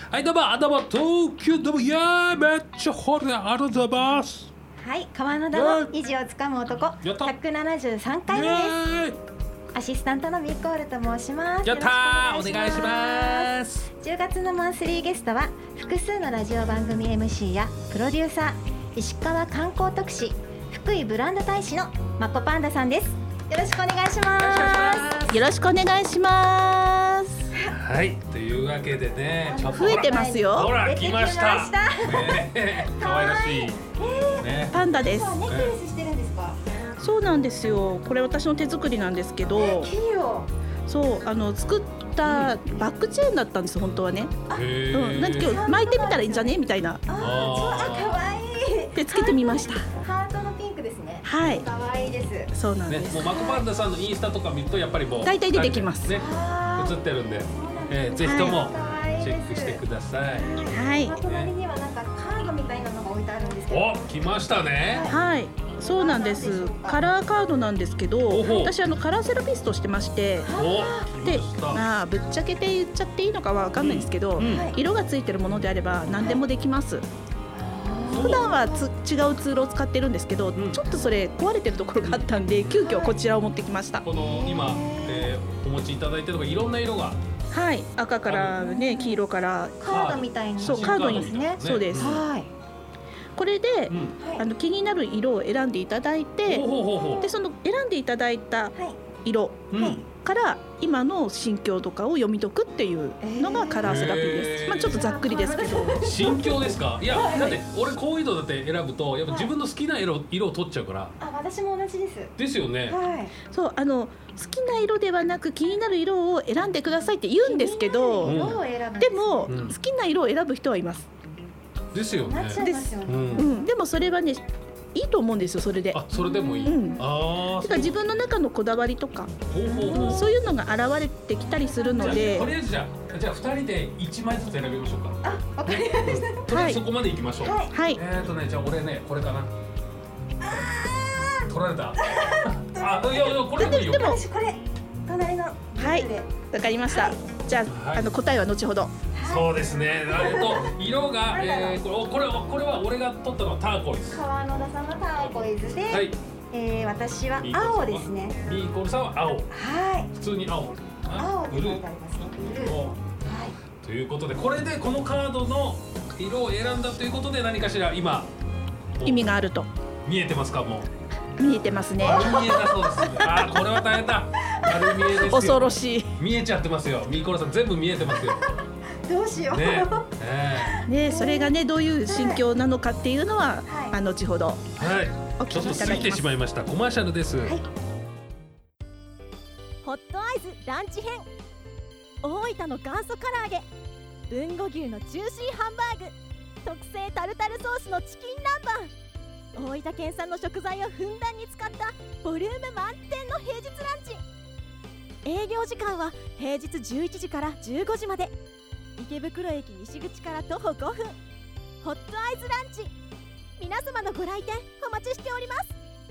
はい、どうも東京どうも、いやーめっちゃホルでありがとうございます。 はい、川野田の意地をつかむ男173回目です。アシスタントのミコールと申します。 やったー、お願いします。 10月のマンスリーゲストは複数のラジオ番組 MC やプロデューサー、石川観光特使、福井ブランド大使のマコパンダさんです。よろしくお願いします。 よろしくお願いします。 はい、というわけでね、ちょっと増えてますよ。 ほら来ました。可愛らしい、 パンダです。 ネックレスしてるんですか？ そうなんですよ。これ私の手作りなんですけど、そう作ったバッグチェーンだったんです本当はね。なんで今日巻いてみたらいいんじゃねみたいな。 可愛い。 でつけてみました。 ハートのピンクですね。 はい。 可愛いです。 そうなんです。 もうマコパンダさんのインスタとか見るとやっぱりもう大体出てきますね、映ってるんで、ぜひともチェックしてください。 はい。 隣にはなんかカードみたいなのが置いてあるんですけど。 お、来ましたね。 はい。そうなんです。カラーカードなんですけど、私カラーセラピストしてまして、で、ぶっちゃけて言っちゃっていいのかはわかんないんですけど、色がついてるものであれば何でもできます。普段は違うツールを使ってるんですけど、ちょっとそれ壊れてるところがあったんで、急遽こちらを持ってきました。 この今、お持ちいただいてるのがいろんな色が。 はい、赤からね、黄色からカードみたいに。 そう、カードにですね。そうです。はい。これで、気になる色を選んでいただいて、でその選んでいただいた色から今の心境とかを読み解くっていうのがカラーセラピーです。ちょっとざっくりですけど。 心境ですか？いや、だって俺こういうのだって選ぶとやっぱ自分の好きな色を取っちゃうから。 私も同じです。 ですよね。 そう、好きな色ではなく気になる色を選んでくださいって言うんですけど、でも好きな色を選ぶ人はいます。 ですよね。 でもそれはね、いいと思うんですよ。それで。 それでもいい。 だから自分の中のこだわりとか、そういうのが現れてきたりするので。 とりあえずじゃあ2人で1枚ずつ選びましょうか。 わかりました。 とりあえずそこまで行きましょう。 はい。 じゃあ俺ね、これかな。取られた。いやこれでもいいよ。 でもこれ隣の。 はい。わかりました。じゃあ答えは後ほど。 そうですね。色がこれは俺が取ったのはターコイズ。 川野田さんのターコイズで、私は青ですね。 ミーコルさんは青。 はい。 普通に青。 ブルー。 ということで、これでこのカードの色を選んだということで何かしら今意味があると。 見えてますか？もう見えてますね。 見えたそうです。これは大変だ。丸見えですよ。 恐ろしい。 見えちゃってますよ。ミーコルさん全部見えてますよ。 どうしよう。 ね、それがね、どういう心境なのかっていうのは、後ほど。 はい。ちょっと過ぎてしまいました。コマーシャルです。 ホットアイズランチ編。大分の元祖唐揚げ、豊後牛のジューシーハンバーグ、特製タルタルソースのチキン南蛮、大分県産の食材をふんだんに使ったボリューム満点の平日ランチ。営業時間は平日11時から15時まで。池袋駅西口から徒歩5分。ホットアイズランチ、皆様のご来店お待ちしております。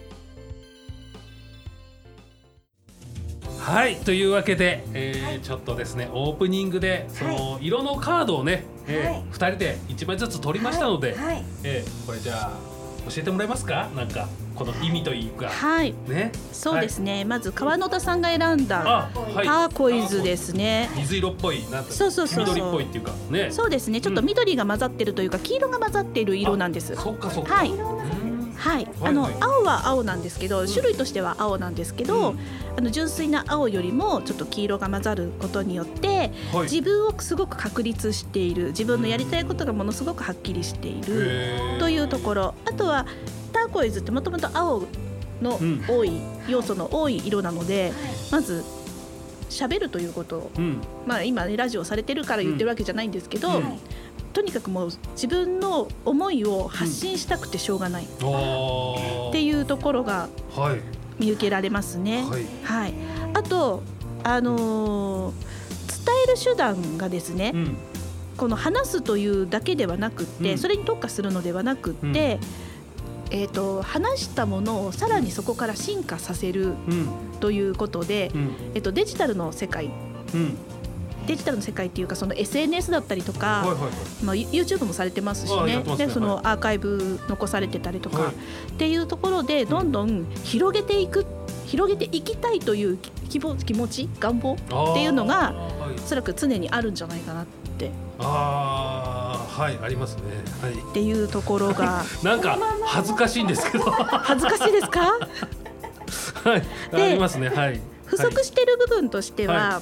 はい、というわけで、ちょっとですね、オープニングでその色のカードをね、2人で1枚ずつ取りましたので、これじゃあ教えてもらえますか？なんかこの意味というか。 はいね、そうですね。まず川野田さんが選んだターコイズですね。 水色っぽい、 そう緑っぽいっていうかね。 そうですね。ちょっと緑が混ざってるというか、黄色が混ざっている色なんです。 そっかそっか。 はい。はい、青は青なんですけど、種類としては青なんですけど、純粋な青よりもちょっと黄色が混ざることによって、自分をすごく確立している、自分のやりたいことがものすごくはっきりしているというところ。あとはターコイズってもともと青の多い、要素の多い色なので、まず喋るということを、今ねラジオされてるから言ってるわけじゃないんですけど、とにかくもう自分の思いを発信したくてしょうがない、っていうところが見受けられますね。はい。あと伝える手段がですね、この話すというだけではなくって、それに特化するのではなくって、話したものをさらにそこから進化させるということで、デジタルの世界デジタルの世界っていうかその SNS だったりとか、YouTube もされてますしね、でそのアーカイブ残されてたりとか、っていうところでどんどん広げていきたいという気持ち願望っていうのがおそらく常にあるんじゃないかなって。 ありますね、 っていうところがなんか恥ずかしいんですけど恥ずかしいですかありますね。 不足している部分としては、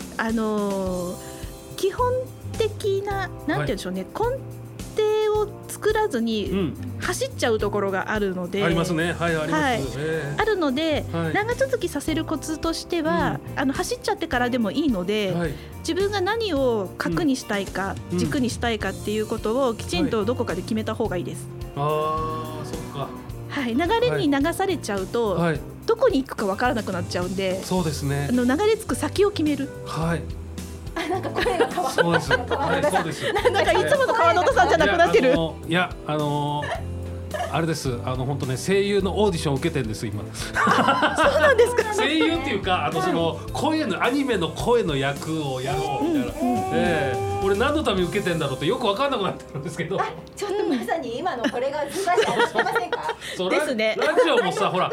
基本的ななんて言うんでしょうね、根底を作らずに走っちゃうところがあるので、 ありますね。あります。 あるので、長続きさせるコツとしては、走っちゃってからでもいいので、自分が何を核にしたいか、軸にしたいかっていうことをきちんとどこかで決めた方がいいです。 そっか。 流れに流されちゃうと、どこに行くか分からなくなっちゃうんで、 そうですね。 流れ着く先を決める。 なんか声が変わった。 そうです。そうです。 なんかいつもの川野さんじゃなくなってる。 いや、あれです。本当ね、声優のオーディションを受けてるんです今。 そうなんですか。 声優っていうか、その声のアニメの声の役をやろうみたいな。俺何のために受けてんだろうってよく分かんなくなってるんですけど。 ちょっとまさに今のこれが素晴らしいしてませんか。 ですね。 ラジオもさ、ほら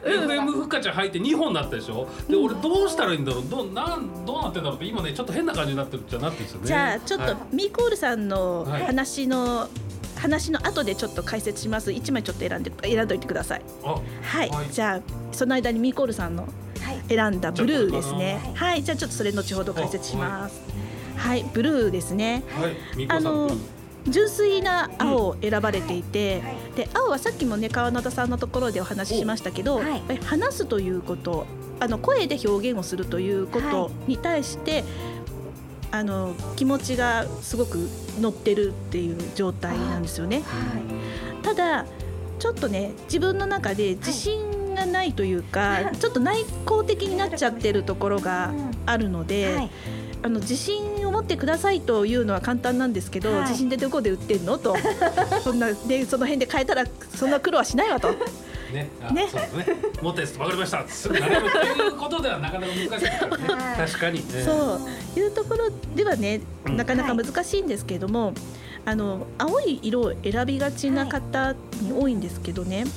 FM ふっかちゃん入って2本になったでしょ。で、俺どうしたらいいんだろう、どうなってんだろうって今ねちょっと変な感じになってるじゃなってるんですよね。 じゃあちょっとミーコールさんの話の後でちょっと解説します。1枚ちょっと選んどいてください。じゃあその間にミーコールさんの選んだブルーですね。じゃあちょっとそれ後ほど解説します。ブルーですね。純粋な青を選ばれていて、で青はさっきもね川野田さんのところでお話ししましたけど、話すということ、声で表現をするということに対して、気持ちがすごく乗ってるっていう状態なんですよね。ただちょっとね自分の中で自信がないというか、ちょっと内向的になっちゃってるところがあるので、自信を持ってくださいというのは簡単なんですけど、自信でどこで売ってんのとその辺で変えたらそんな苦労はしないわと。 そうですね。持って分かりました。すぐなれるということではなかなか難しいですからね。確かに。 そういうところではねなかなか難しいんですけれども、青い色を選びがちな方に多いんですけどね。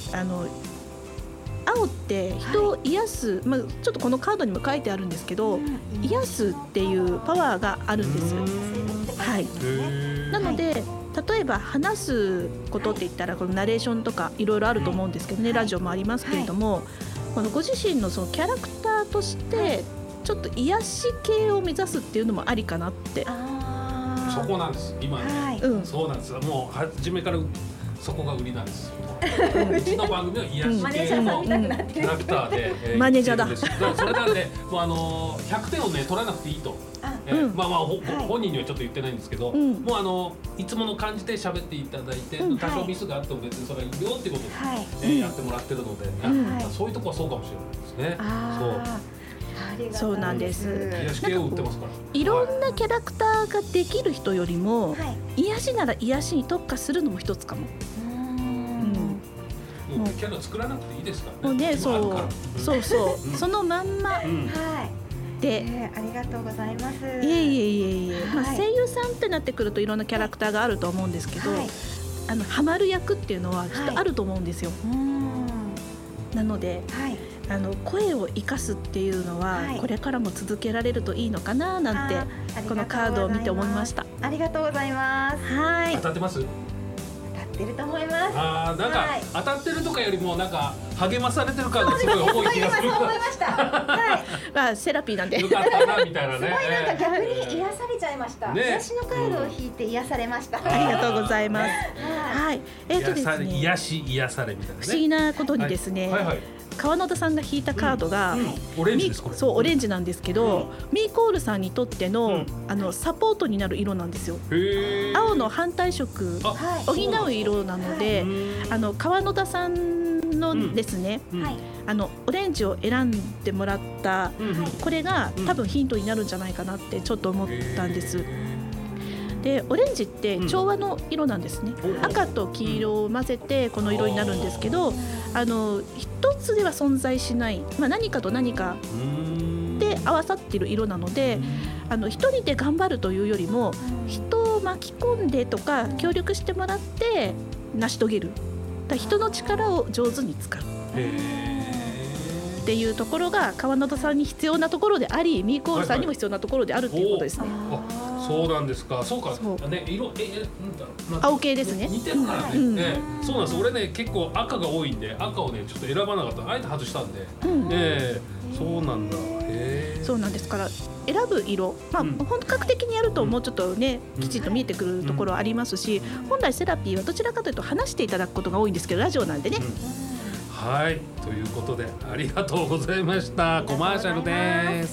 青って人を癒す、ちょっとこのカードにも書いてあるんですけど、癒すっていうパワーがあるんです。なので例えば話すことって言ったらこのナレーションとかいろいろあると思うんですけどね、ラジオもありますけれども、このご自身のそのキャラクターとしてちょっと癒し系を目指すっていうのもありかなって。 そこなんです今ね。そうなんです。もう初めからそこが売りなんです。うちの番組は癒し系のキャラクターでマネージャーだ。 それなんでもう100点をね取らなくていいと。本人にはちょっと言ってないんですけど、もういつもの感じで喋っていただいて、多少ミスがあっても別にそれはいいよっていうことでやってもらってるので、そういうとこはそうかもしれないですね。 そうなんです。 癒し系を売ってますから。 いろんなキャラクターができる人よりも、癒しなら癒しに特化するのも一つかも。 もうキャラ作らなくていいですからね。 そのまんま。で、 ありがとうございます。 声優さんってなってくるといろんなキャラクターがあると思うんですけど、ハマる役っていうのはきっとあると思うんですよ。なので、声を生かすっていうのはこれからも続けられるといいのかななんてこのカードを見て思いました。 ありがとうございます。 当たってます？ 当たってると思います。 なんか当たってるとかよりもなんか励まされてる感がすごい多い気がする。 そう思いました。 セラピーなんでよかったなみたいなね。 すごいなんか逆に癒されちゃいました。癒しのカードを引いて癒されました。 ありがとうございます。 ですね、癒されみたいなね。 不思議なことにですね。川野田さんが引いたカードがオレンジです。 そうオレンジなんですけど、ミーコールさんにとってのサポートになる色なんですよ。青の反対色補う色なので、川野田さんのですね、オレンジを選んでもらったこれが多分ヒントになるんじゃないかなってちょっと思ったんです。でオレンジって調和の色なんですね。赤と黄色を混ぜてこの色になるんですけど、一つでは存在しない、何かと何かで合わさっている色なので、 一人で頑張るというよりも、人を巻き込んでとか協力してもらって成し遂げる。だ人の力を上手に使うっていうところが川野田さんに必要なところであり、ミーコールさんにも必要なところであるっていうことですね。 そうなんですか。そうか。ね、色青系ですね。 似てるからね。そうなんです。俺ね結構赤が多いんで、赤をねちょっと選ばなかった。あえて外したんで。そうなんだ。 そうなんですから、選ぶ色、本格的にやるともうちょっとね、きちっと見えてくるところありますし、本来セラピーはどちらかというと話していただくことが多いんですけど、ラジオなんでね。 はい、ということでありがとうございました。コマーシャルです。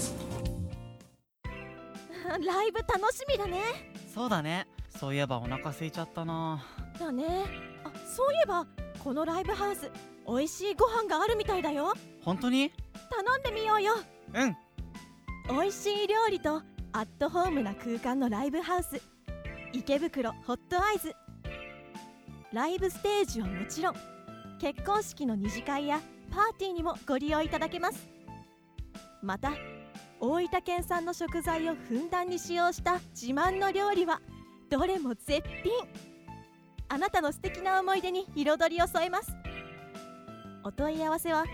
ライブ楽しみだね。 そうだね。そういえばお腹空いちゃったな。 だね。そういえばこのライブハウス美味しいご飯があるみたいだよ。 本当に？ 頼んでみようよ。 うん。 美味しい料理とアットホームな空間のライブハウス、池袋ホットアイズ。ライブステージはもちろん、結婚式の二次会やパーティーにもご利用いただけます。また大分県産の食材をふんだんに使用した自慢の料理はどれも絶品。あなたの素敵な思い出に彩りを添えます。お問い合わせは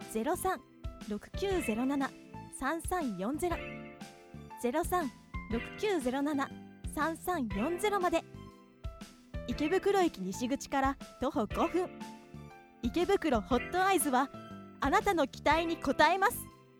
03-6907-3340 03-6907-3340 まで。池袋駅西口から徒歩5分、池袋ホットアイズはあなたの期待に応えます。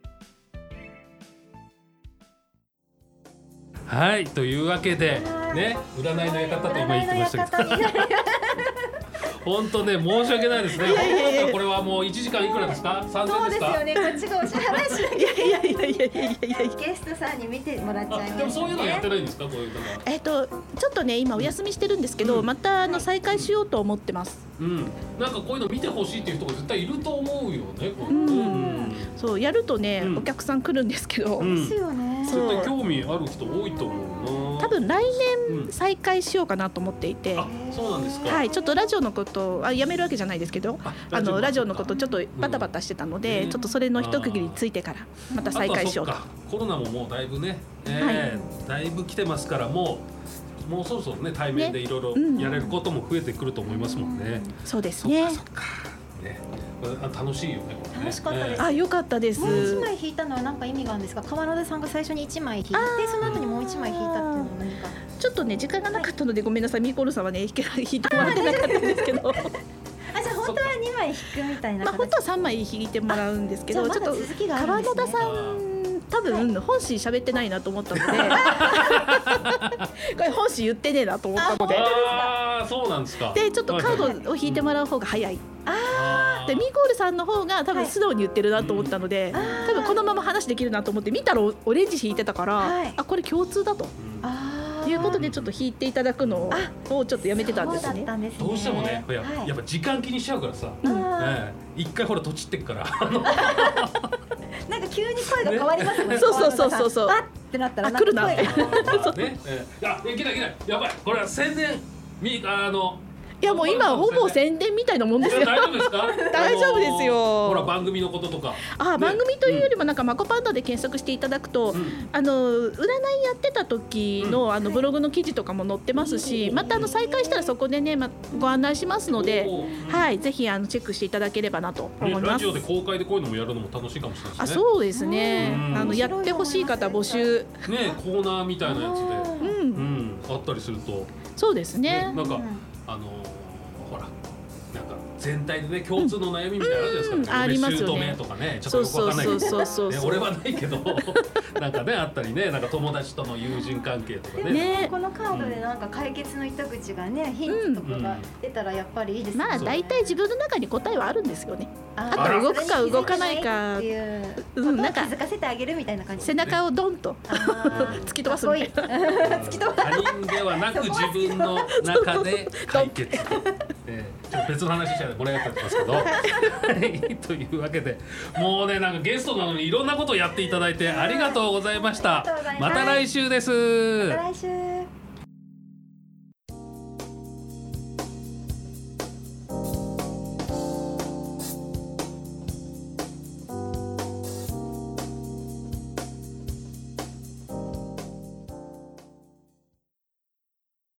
はい、というわけでね、占いの館と今言ってましたけど本当ね、申し訳ないですね。本当これはもう1時間いくらですか？3000円ですか？ そうですよね、こっちがお支払いしなきゃ。 いやゲストさんに見てもらっちゃいますね。 でもそういうのやってないんですか？こういうのが。 ちょっとね今お休みしてるんですけど、また再開しようと思ってます。 なんかこういうの見てほしいっていう人が絶対いると思うよね。 そうやるとね、お客さん来るんですけど。 ですよね。 絶対興味ある人多いと思うな。 多分来年再開しようかなと思っていて。 そうなんですか。 はい、ちょっとラジオのことやめるわけじゃないですけど、ラジオのことちょっとバタバタしてたので、ちょっとそれの一区切りついてからまた再開しようと。 コロナももうだいぶね、だいぶ来てますから、もうそろそろね対面でいろいろやれることも増えてくると思いますもんね。 そうですね。 そっかね、楽しいよね。 楽しかったです。 良かったです。 もう1枚引いたのは何か意味があるんですか？川野田さんが最初に1枚引いて、その後にもう1枚引いたっていうのは何か。 ちょっとね時間がなかったのでごめんなさい。ミーコールさんはね引いてもらってなかったんですけど。 じゃあ本当は2枚引くみたいな形。 本当は3枚引いてもらうんですけど、ちょっと川野田さん多分本心喋ってないなと思ったので、これ本心言ってねえなと思ったので、 そうなんですか。 でちょっとカードを引いてもらう方が早い。でミーコールさんの方が多分素直に言ってるなと思ったので、多分このまま話できるなと思って見たらオレンジ引いてたから、これ共通だと。ということでちょっと引いていただくのをちょっとやめてたんですね。 どうしてもね、やっぱ時間気にしちゃうからさ、一回ほらとちってっから。 なんか急に声が変わりますもんね。 そう。 あってなったら来るなって。 ね、いけないやばい。これは宣伝いやもう今ほぼ宣伝みたいなもんですよ。 大丈夫ですか？ 大丈夫ですよ。 ほら番組のこととか。 番組というよりもなんかマコパンダで検索していただくと、占いやってた時のブログの記事とかも載ってますし、また再開したらそこでねご案内しますので、はいぜひチェックしていただければなと思います。 ラジオで公開でこういうのもやるのも楽しいかもしれないですね。 そうですね。やってほしい方募集。 ねコーナーみたいなやつで、あったりすると。 そうですね。 なんかほらなんか全体でね共通の悩みみたいなのあるじゃないですか。 ありますよね。 とかね、ちょっとよくわかんないけど、俺はないけど、なんかねあったりね、なんか友達との友人関係とかね。 このカードでなんか解決の糸口がね、ヒントとかが出たらやっぱりいいですね。 まあ大体自分の中に答えはあるんですよね。あと動くか動かないか、 なんか気づかせてあげるみたいな感じ。 背中をドンと突き飛ばすみたいな。 他人ではなく自分の中で解決。ちょっと別の話しちゃう盛り上がってますけど。というわけでもうねなんかゲストなのにいろんなことをやっていただいてありがとうございました。また来週です。 また来週。